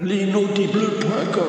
l'inaudible.com.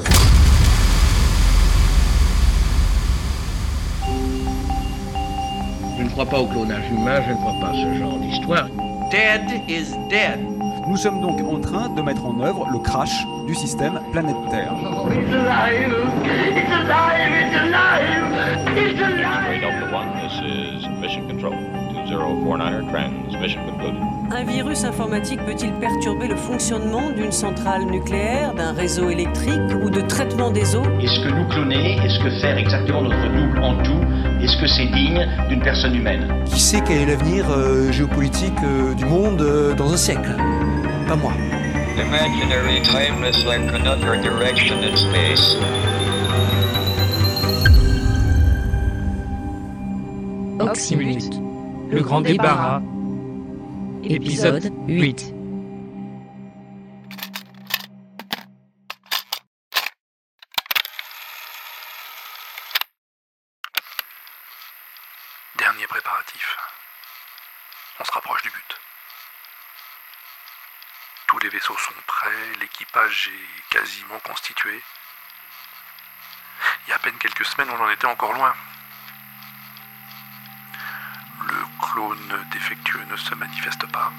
Je ne crois pas au clonage humain, je ne crois pas à ce genre d'histoire. Dead is dead. Nous sommes donc en train de mettre en œuvre le crash du système planète Terre. Oh, it's alive! It's alive! It's alive! It's alive! Delta One, this is Mission Control. 2049er transmission concluded. Un virus informatique peut-il perturber le fonctionnement d'une centrale nucléaire, d'un réseau électrique ou de traitement des eaux ? Est-ce que nous cloner, est-ce que faire exactement notre double en tout, est-ce que c'est digne d'une personne humaine ? Qui sait quel est l'avenir géopolitique du monde dans un siècle ? Pas moi. Imaginary timeless like another direction in space. Oxymute, le grand débarras, épisode 8. Dernier préparatif. On se rapproche du but. Tous les vaisseaux sont prêts, l'équipage est quasiment constitué. Il y a à peine quelques semaines, on en était encore loin. Le clone défectueux ne se manifeste pas.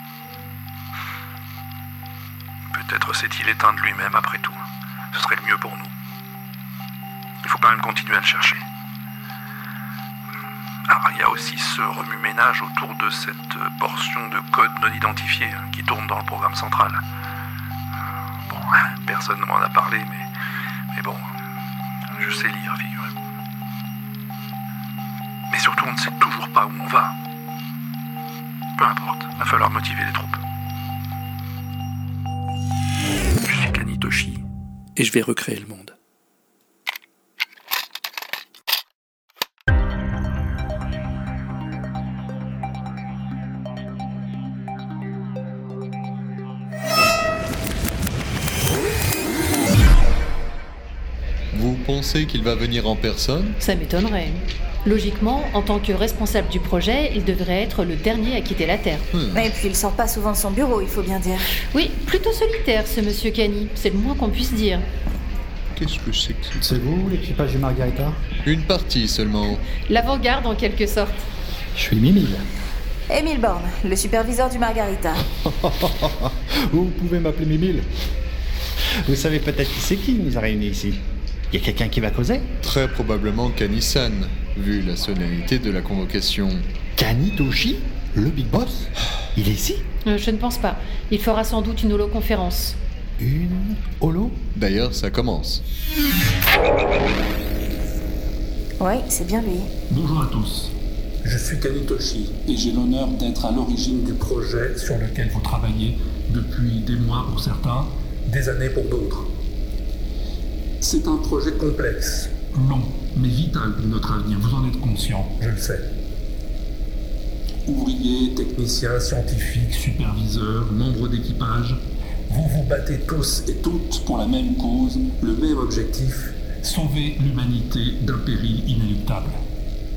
Peut-être s'est-il éteint de lui-même après tout. Ce serait le mieux pour nous. Il faut quand même continuer à le chercher. Alors, il y a aussi ce remue-ménage autour de cette portion de code non identifié qui tourne dans le programme central. Bon, personne ne m'en a parlé, mais bon, je sais lire, figurez-vous. Mais surtout, on ne sait toujours pas où on va. Peu importe, va falloir motiver les troupes. Je suis Kanitoshi, et je vais recréer le monde. Vous pensez qu'il va venir en personne ? Ça m'étonnerait. Logiquement, en tant que responsable du projet, il devrait être le dernier à quitter la Terre. Et puis il sort pas souvent de son bureau, il faut bien dire. Oui, plutôt solitaire ce monsieur Kani, c'est le moins qu'on puisse dire. Qu'est-ce que c'est que ça ? C'est vous, l'équipage du Margarita ? Une partie seulement. L'avant-garde en quelque sorte. Je suis Mimile. Émile Borne, le superviseur du Margarita. Vous pouvez m'appeler Mimile. Vous savez peut-être qui c'est qui nous a réunis ici ? Il y a quelqu'un qui va causer ? Très probablement Kani-san, vu la solennité de la convocation. Kanitoshi ? Le Big Boss ? Il est ici ? Je ne pense pas. Il fera sans doute une holoconférence. Une holo ? D'ailleurs, ça commence. Oui, c'est bien lui. Bonjour à tous. Je suis Kanitoshi et j'ai l'honneur d'être à l'origine du projet sur lequel vous travaillez depuis des mois pour certains, des années pour d'autres. C'est un projet complexe, long, mais vital pour notre avenir, vous en êtes conscient, je le sais. Ouvriers, techniciens, scientifiques, superviseurs, membres d'équipage, vous vous battez tous et toutes pour la même cause, le même objectif, sauver l'humanité d'un péril inéluctable. Quoi ?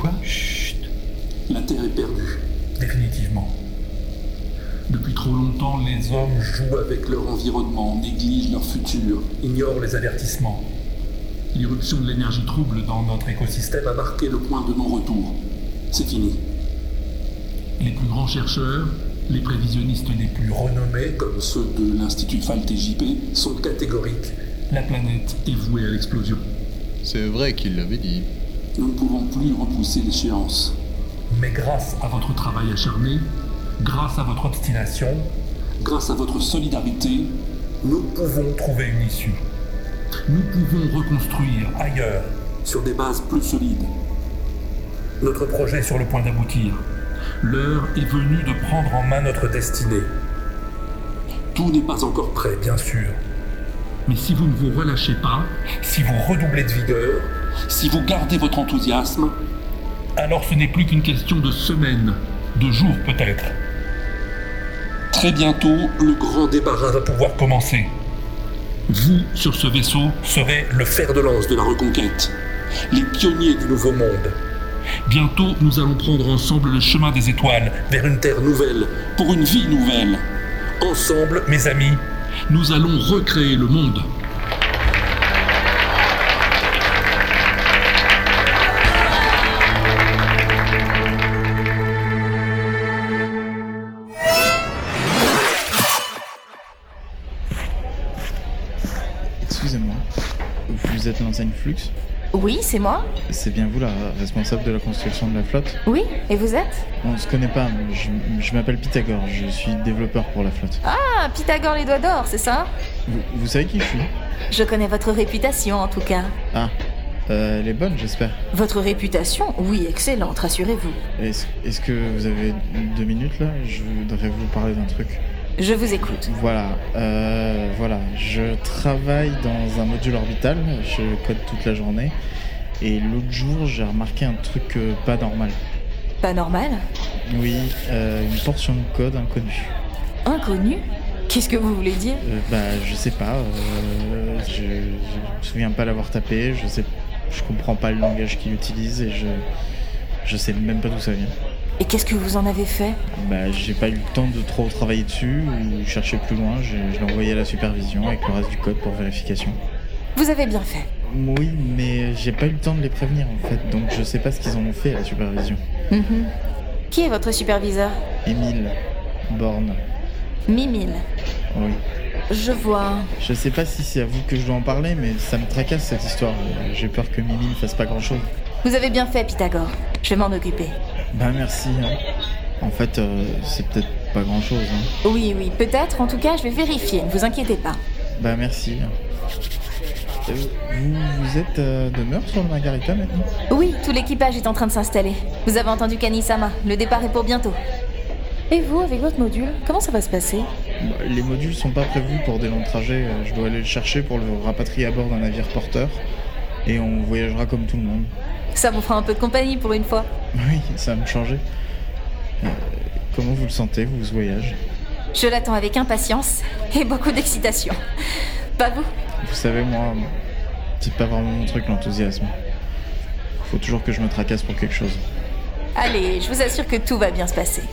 Chut. La Terre est perdue, définitivement. Depuis trop longtemps, les hommes jouent avec leur environnement, négligent leur futur, ignorent les avertissements. L'irruption de l'énergie trouble dans notre écosystème a marqué le point de non-retour. C'est fini. Les plus grands chercheurs, les prévisionnistes les plus renommés, comme ceux de l'Institut FALT-JP, sont catégoriques. La planète est vouée à l'explosion. C'est vrai qu'il l'avait dit. Nous ne pouvons plus repousser l'échéance. Mais grâce à votre travail acharné, grâce à votre obstination, grâce à votre solidarité, nous pouvons trouver une issue. Nous pouvons reconstruire ailleurs, sur des bases plus solides. Notre projet est sur le point d'aboutir. L'heure est venue de prendre en main notre destinée. Tout n'est pas encore prêt, bien sûr. Mais si vous ne vous relâchez pas, si vous redoublez de vigueur, si vous gardez votre enthousiasme, alors ce n'est plus qu'une question de semaines, de jours peut-être. Très bientôt, le grand débarras va pouvoir commencer. Vous, sur ce vaisseau, serez le fer de lance de la reconquête, les pionniers du nouveau monde. Bientôt, nous allons prendre ensemble le chemin des étoiles, vers une terre nouvelle, pour une vie nouvelle. Ensemble, mes amis, Nous allons recréer le monde. Excusez-moi, vous êtes l'enseigne Flux ? Oui, c'est moi. C'est bien vous la responsable de la construction de la flotte ? Oui, et vous êtes ? On se connaît pas, mais je m'appelle Pythagore, je suis développeur pour la flotte. Ah, Pythagore les doigts d'or, c'est ça ? Vous savez qui je suis ? Je connais votre réputation en tout cas. Ah, elle est bonne, j'espère. Votre réputation ? Oui, excellente, rassurez-vous. Est-ce que vous avez 2 minutes là ? Je voudrais vous parler d'un truc. Je vous écoute. Voilà, je travaille dans un module orbital, je code toute la journée, et l'autre jour j'ai remarqué un truc pas normal. Pas normal ? Oui, une portion de code inconnue. Inconnue ? Qu'est-ce que vous voulez dire ? Je sais pas, je me souviens pas l'avoir tapé, je comprends pas le langage qu'il utilise et je sais même pas d'où ça vient. Et qu'est-ce que vous en avez fait ? J'ai pas eu le temps de trop travailler dessus ou chercher plus loin, je l'ai envoyé à la supervision avec le reste du code pour vérification. Vous avez bien fait. Oui, mais j'ai pas eu le temps de les prévenir en fait, donc je sais pas ce qu'ils en ont fait à la supervision. Qui est votre superviseur ? Émile Borne. Mimile. Oui. Je vois. Je sais pas si c'est à vous que je dois en parler, mais ça me tracasse cette histoire. J'ai peur que Mimile fasse pas grand-chose. Vous avez bien fait, Pythagore. Je vais m'en occuper. Merci. En fait, c'est peut-être pas grand-chose. Oui, peut-être. En tout cas, je vais vérifier. Ne vous inquiétez pas. Merci. Vous êtes demeure sur le Margarita maintenant ? Oui, tout l'équipage est en train de s'installer. Vous avez entendu Kani-sama. Le départ est pour bientôt. Et vous, avec votre module, comment ça va se passer ? Les modules sont pas prévus pour des longs trajets. Je dois aller le chercher pour le rapatrier à bord d'un navire porteur. Et on voyagera comme tout le monde. Ça vous fera un peu de compagnie pour une fois. Oui, ça va me changer. Comment vous le sentez, vous, ce voyage ? Je l'attends avec impatience et beaucoup d'excitation. Pas vous ? Vous savez, moi, c'est pas vraiment mon truc, l'enthousiasme. Faut toujours que je me tracasse pour quelque chose. Allez, je vous assure que tout va bien se passer.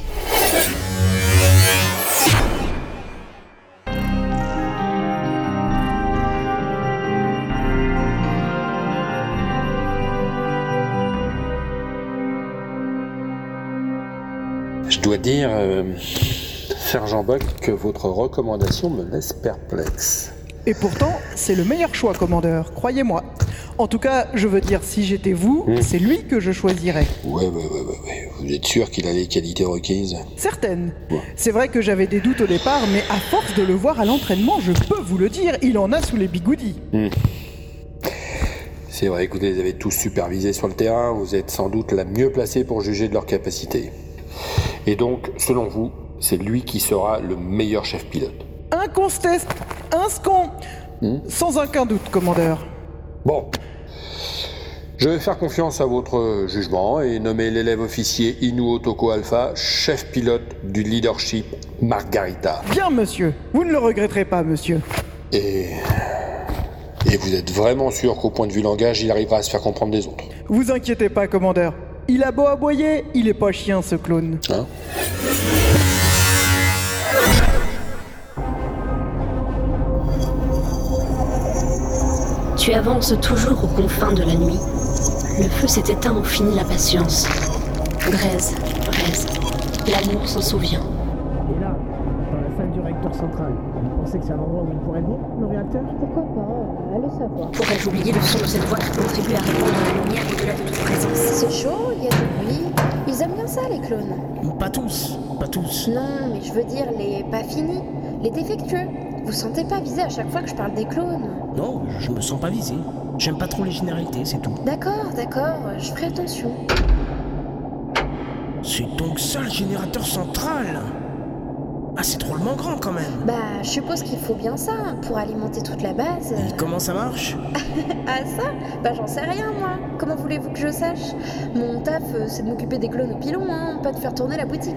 Je dois dire, Sergent Buck, que votre recommandation me laisse perplexe. Et pourtant, c'est le meilleur choix, commandeur, croyez-moi. En tout cas, je veux dire, si j'étais vous, c'est lui que je choisirais. Ouais. Vous êtes sûr qu'il a les qualités requises ? Certaines. Ouais. C'est vrai que j'avais des doutes au départ, mais à force de le voir à l'entraînement, je peux vous le dire, il en a sous les bigoudis. C'est vrai que vous les avez tous supervisés sur le terrain, vous êtes sans doute la mieux placée pour juger de leurs capacités. Et donc, selon vous, c'est lui qui sera le meilleur chef pilote. Sans aucun doute, commandeur. Bon. Je vais faire confiance à votre jugement et nommer l'élève officier Inu Otoko Alpha chef pilote du leadership Margarita. Bien, monsieur. Vous ne le regretterez pas, monsieur. Et vous êtes vraiment sûr qu'au point de vue langage, il arrivera à se faire comprendre des autres ? Vous inquiétez pas, commandeur. Il a beau aboyer, il est pas chien, ce clone. Hein ? Tu avances toujours aux confins de la nuit. Le feu s'est éteint, on finit la patience. Braise, l'amour s'en souvient. Et là, dans la salle du réacteur central, vous pensez que c'est un endroit où il pourrait venir, le réacteur ? Pourquoi pas ? Allez savoir. Pourrais-je oublier le son de cette voix qui contribue à répondre à la lumière au-delà de toute présence ? C'est chaud, il y a du bruit. Ils aiment bien ça, les clones. Pas tous. Non, mais je veux dire les pas finis, les défectueux. Vous sentez pas visé à chaque fois que je parle des clones ? Non, je me sens pas visé. J'aime pas trop les généralités, c'est tout. D'accord, je ferai attention. C'est donc ça le générateur central ? Ah, c'est drôlement grand quand même. Je suppose qu'il faut bien ça pour alimenter toute la base. Et comment ça marche ? Ah ça ? J'en sais rien moi. Comment voulez-vous que je sache ? Mon taf, c'est de m'occuper des clones au pilon, pas de faire tourner la boutique.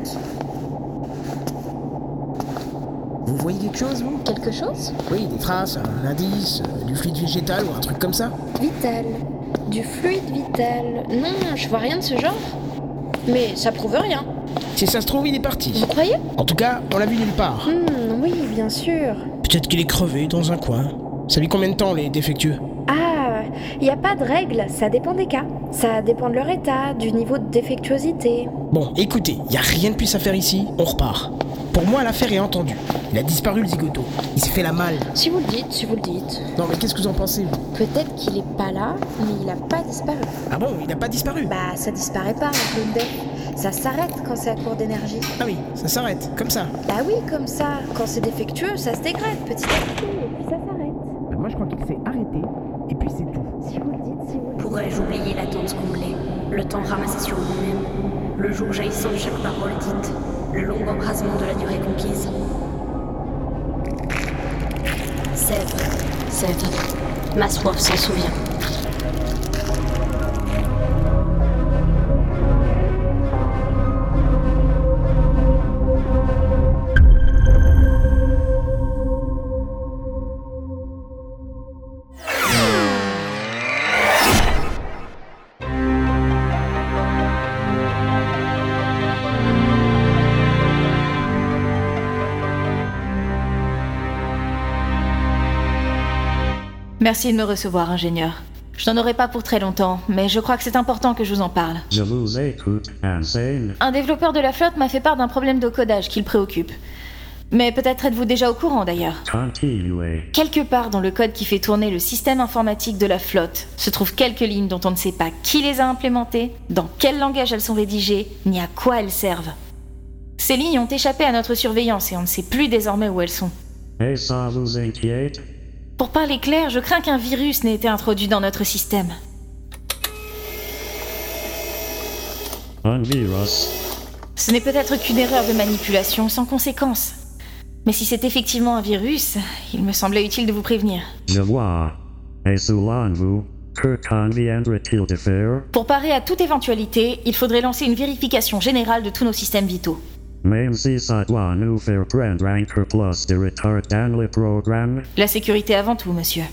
Vous voyez quelque chose, vous ? Quelque chose ? Oui, des traces, un indice, du fluide végétal ou un truc comme ça ? Vital. Du fluide vital. Non, je vois rien de ce genre. Mais ça prouve rien. Si ça se trouve, il est parti. Vous croyez ? En tout cas, on l'a vu nulle part. Oui, bien sûr. Peut-être qu'il est crevé dans un coin. Ça lui combien de temps, les défectueux? Ah, y a pas de règle, ça dépend des cas. Ça dépend de leur état, du niveau de défectuosité. Bon, écoutez, y a rien de plus à faire ici, on repart. Pour moi, l'affaire est entendue. Il a disparu, le zigoto. Il s'est fait la malle. Si vous le dites. Non, mais qu'est-ce que vous en pensez, vous? Peut-être qu'il est pas là, mais il a pas disparu. Ah bon, il a pas disparu? Bah, ça disparaît pas, un clone d'œuf. Ça s'arrête quand c'est à court d'énergie. Ah oui, ça s'arrête, comme ça. Bah oui, comme ça. Quand c'est défectueux, ça se dégrade petit à petit, et puis ça s'arrête. Bah moi, je crois qu'il s'est arrêté, et puis c'est tout. Si vous le dites. Pourrais-je oublier l'attente comblée, le temps ramassé sur vous-même, le jour jaillissant de chaque parole dite, le long embrasement de la durée conquise? Sèvres. Ma soif s'en souvient. Merci de me recevoir, ingénieur. Je n'en aurai pas pour très longtemps, mais je crois que c'est important que je vous en parle. Je vous écoute, Insane. Un développeur de la flotte m'a fait part d'un problème de codage qui le préoccupe. Mais peut-être êtes-vous déjà au courant d'ailleurs. Continuez. Quelque part dans le code qui fait tourner le système informatique de la flotte se trouvent quelques lignes dont on ne sait pas qui les a implémentées, dans quel langage elles sont rédigées, ni à quoi elles servent. Ces lignes ont échappé à notre surveillance et on ne sait plus désormais où elles sont. Et ça vous inquiète? Pour parler clair, je crains qu'un virus n'ait été introduit dans notre système. Un virus? Ce n'est peut-être qu'une erreur de manipulation sans conséquence. Mais si c'est effectivement un virus, il me semblait utile de vous prévenir. Je vois. Et selon vous, que conviendrait-il de faire? Pour parer à toute éventualité, il faudrait lancer une vérification générale de tous nos systèmes vitaux. Même si ça doit nous faire prendre un peu plus de retard dans le programme? La sécurité avant tout, monsieur.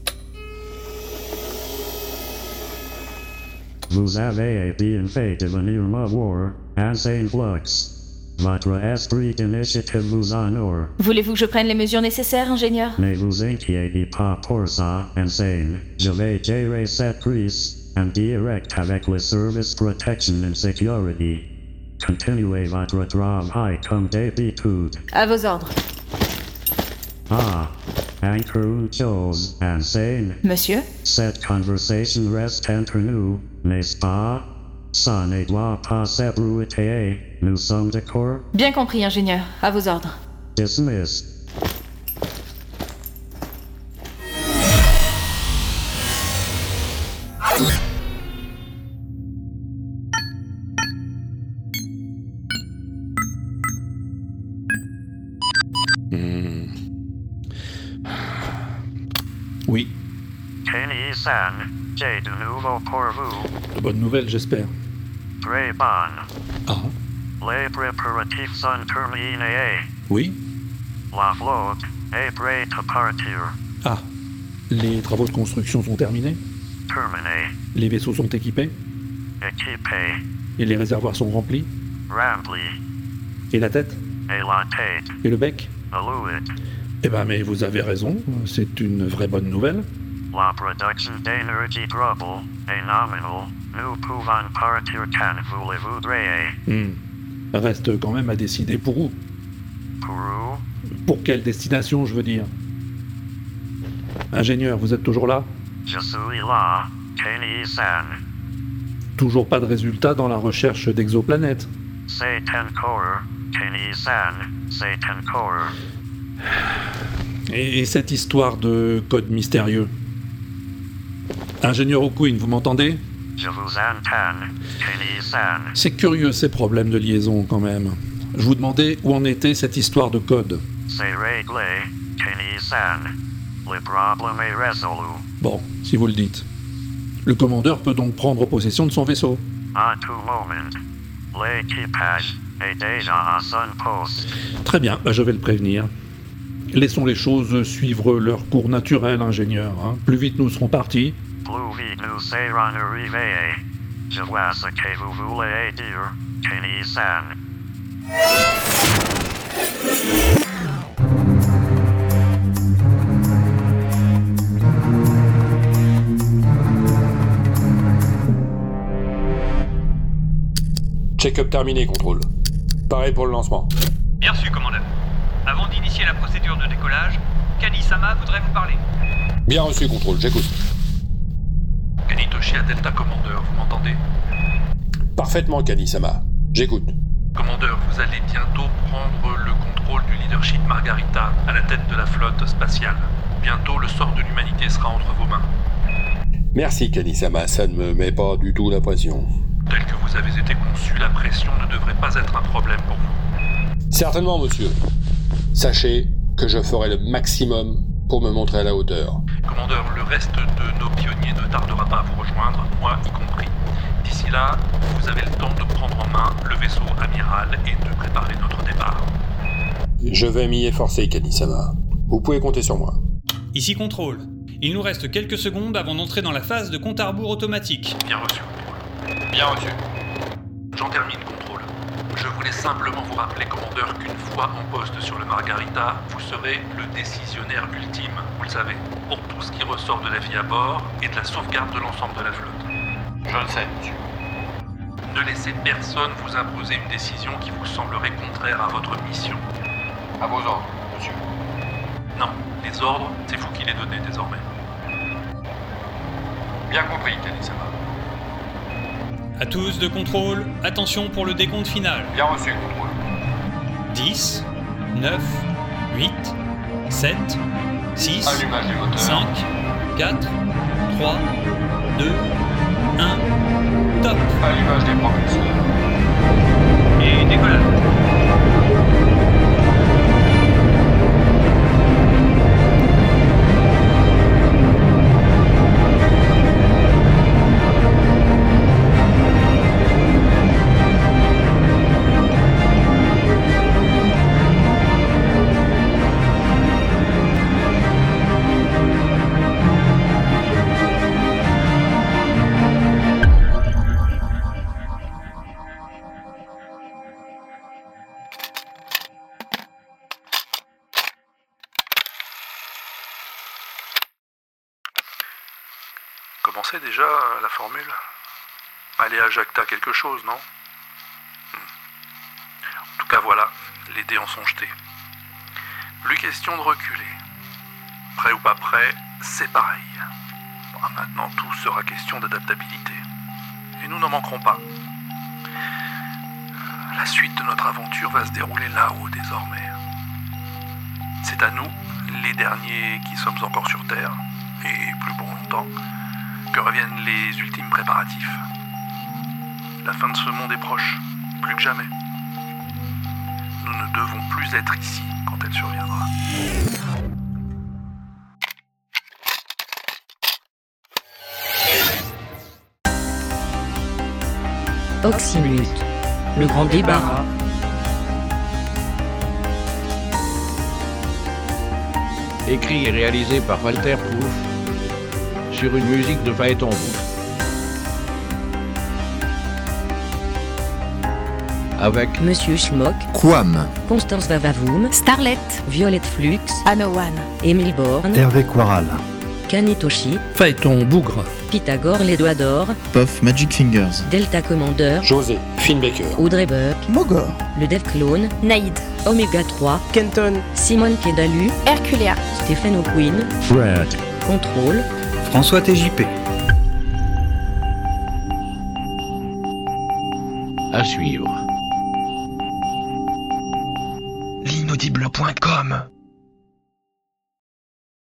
Vous avez bien fait de venir me voir, Insane Flux. Votre esprit d'initiative vous honore. Voulez-vous que je prenne les mesures nécessaires, ingénieur? Ne vous inquiétez pas pour ça, Insane. Je vais gérer cette crise en direct avec le Service Protection and Security. Continuez votre travail comme d'habitude. À vos ordres. Ah, encore une chose, Insane. Monsieur? Cette conversation reste entre nous, n'est-ce pas? Ça ne doit pas s'ébruiter. Nous sommes d'accord? Bien compris, ingénieur. À vos ordres. Dismissed. Oui. Kenny-san, j'ai de nouveau pour vous. De bonnes nouvelles, j'espère. Très bonne. Ah. Les préparatifs sont terminés. Oui. La flotte est prête à partir. Ah. Les travaux de construction sont terminés? Terminés. Les vaisseaux sont équipés? Équipés. Et les réservoirs sont remplis? Remplis. Et la tête? Et la tête. Et le bec? Alloué. Eh ben, mais vous avez raison, c'est une vraie bonne nouvelle. La production d'énergie trouble est nominale. Nous pouvons partir quand vous le voudrez. Reste quand même à décider pour où. Pour où? Pour quelle destination, je veux dire. Ingénieur, vous êtes toujours là? Je suis là, Kenny-san. Toujours pas de résultat dans la recherche d'exoplanètes. C'est encore, Kenny-san, c'est encore. Et cette histoire de code mystérieux? Ingénieur O'Quinn, vous m'entendez? Je vous entends, Kenny-san. C'est curieux ces problèmes de liaison quand même. Je vous demandais où en était cette histoire de code. C'est réglé, Kenny-san. Le problème est résolu. Bon, si vous le dites. Le commandeur peut donc prendre possession de son vaisseau. À tout moment. L'équipage est déjà à son poste. Très bien, je vais le prévenir. Laissons les choses suivre leur cours naturel, ingénieur. Plus vite nous serons partis. Plus vite nous serons arrivés. Je vois ce que vous voulez dire, Kenny-san. Check-up terminé, contrôle. Pareil pour le lancement. Bien reçu, commandeur. Avant d'initier la procédure de décollage, Kani-sama voudrait vous parler. Bien reçu, contrôle, j'écoute. Kanitoshi à Delta, commandeur, vous m'entendez? Parfaitement, Kani-sama. J'écoute. Commandeur, vous allez bientôt prendre le contrôle du leadership Margarita à la tête de la flotte spatiale. Bientôt, le sort de l'humanité sera entre vos mains. Merci, Kani-sama, ça ne me met pas du tout la pression. Tel que vous avez été conçu, la pression ne devrait pas être un problème pour vous. Certainement, monsieur. Sachez que je ferai le maximum pour me montrer à la hauteur. Commandeur, le reste de nos pionniers ne tardera pas à vous rejoindre, moi y compris. D'ici là, vous avez le temps de prendre en main le vaisseau amiral et de préparer notre départ. Je vais m'y efforcer, Kani-sama. Vous pouvez compter sur moi. Ici contrôle. Il nous reste quelques secondes avant d'entrer dans la phase de compte à rebours automatique. Bien reçu, contrôle. Bien reçu. J'en termine, contrôle. Je voulais simplement vous rappeler, commandeur, qu'une fois en poste sur le Margarita, vous serez le décisionnaire ultime, vous le savez, pour tout ce qui ressort de la vie à bord et de la sauvegarde de l'ensemble de la flotte. Je le sais, monsieur. Ne laissez personne vous imposer une décision qui vous semblerait contraire à votre mission. À vos ordres, monsieur. Non, les ordres, c'est vous qui les donnez désormais. Bien compris, Kani-sama. À tous de contrôle, attention pour le décompte final. Bien reçu, contrôle. 10, 9, 8, 7, 6, Allumage du moteur. 5, 4, 3, 2, 1, top. Allumage des propulseurs. Et décollage. Commencez déjà la formule. Allez à Jacta quelque chose, non? En tout cas voilà, les dés en sont jetés. Plus question de reculer. Prêt ou pas prêt, c'est pareil. Bon, maintenant tout sera question d'adaptabilité. Et nous n'en manquerons pas. La suite de notre aventure va se dérouler là-haut désormais. C'est à nous, les derniers qui sommes encore sur Terre, et plus pour longtemps, que reviennent les ultimes préparatifs. La fin de ce monde est proche, plus que jamais. Nous ne devons plus être ici quand elle surviendra. Oxymute, le grand débarras. Écrit et réalisé par Walter Proof sur une musique de Phaéton Bouche. Avec Monsieur Schmock, Quam, Constance Vavavoum, Starlet, Violette Flux, Anowan, Émile Borne, Hervé Quaral, Kanitoshi, Phaéton Bougre, Pythagore les doigts d'or, Puff Magic Fingers, Delta Commander, José, Finbaker, Audrey Buck, Mogor, le Dev Clone, Naïd, Omega 3, Kenton, Simone Kedalu, Herculea, Stéphane O'Quinn, Fred, Contrôle, François TJP. à suivre. L'inaudible.com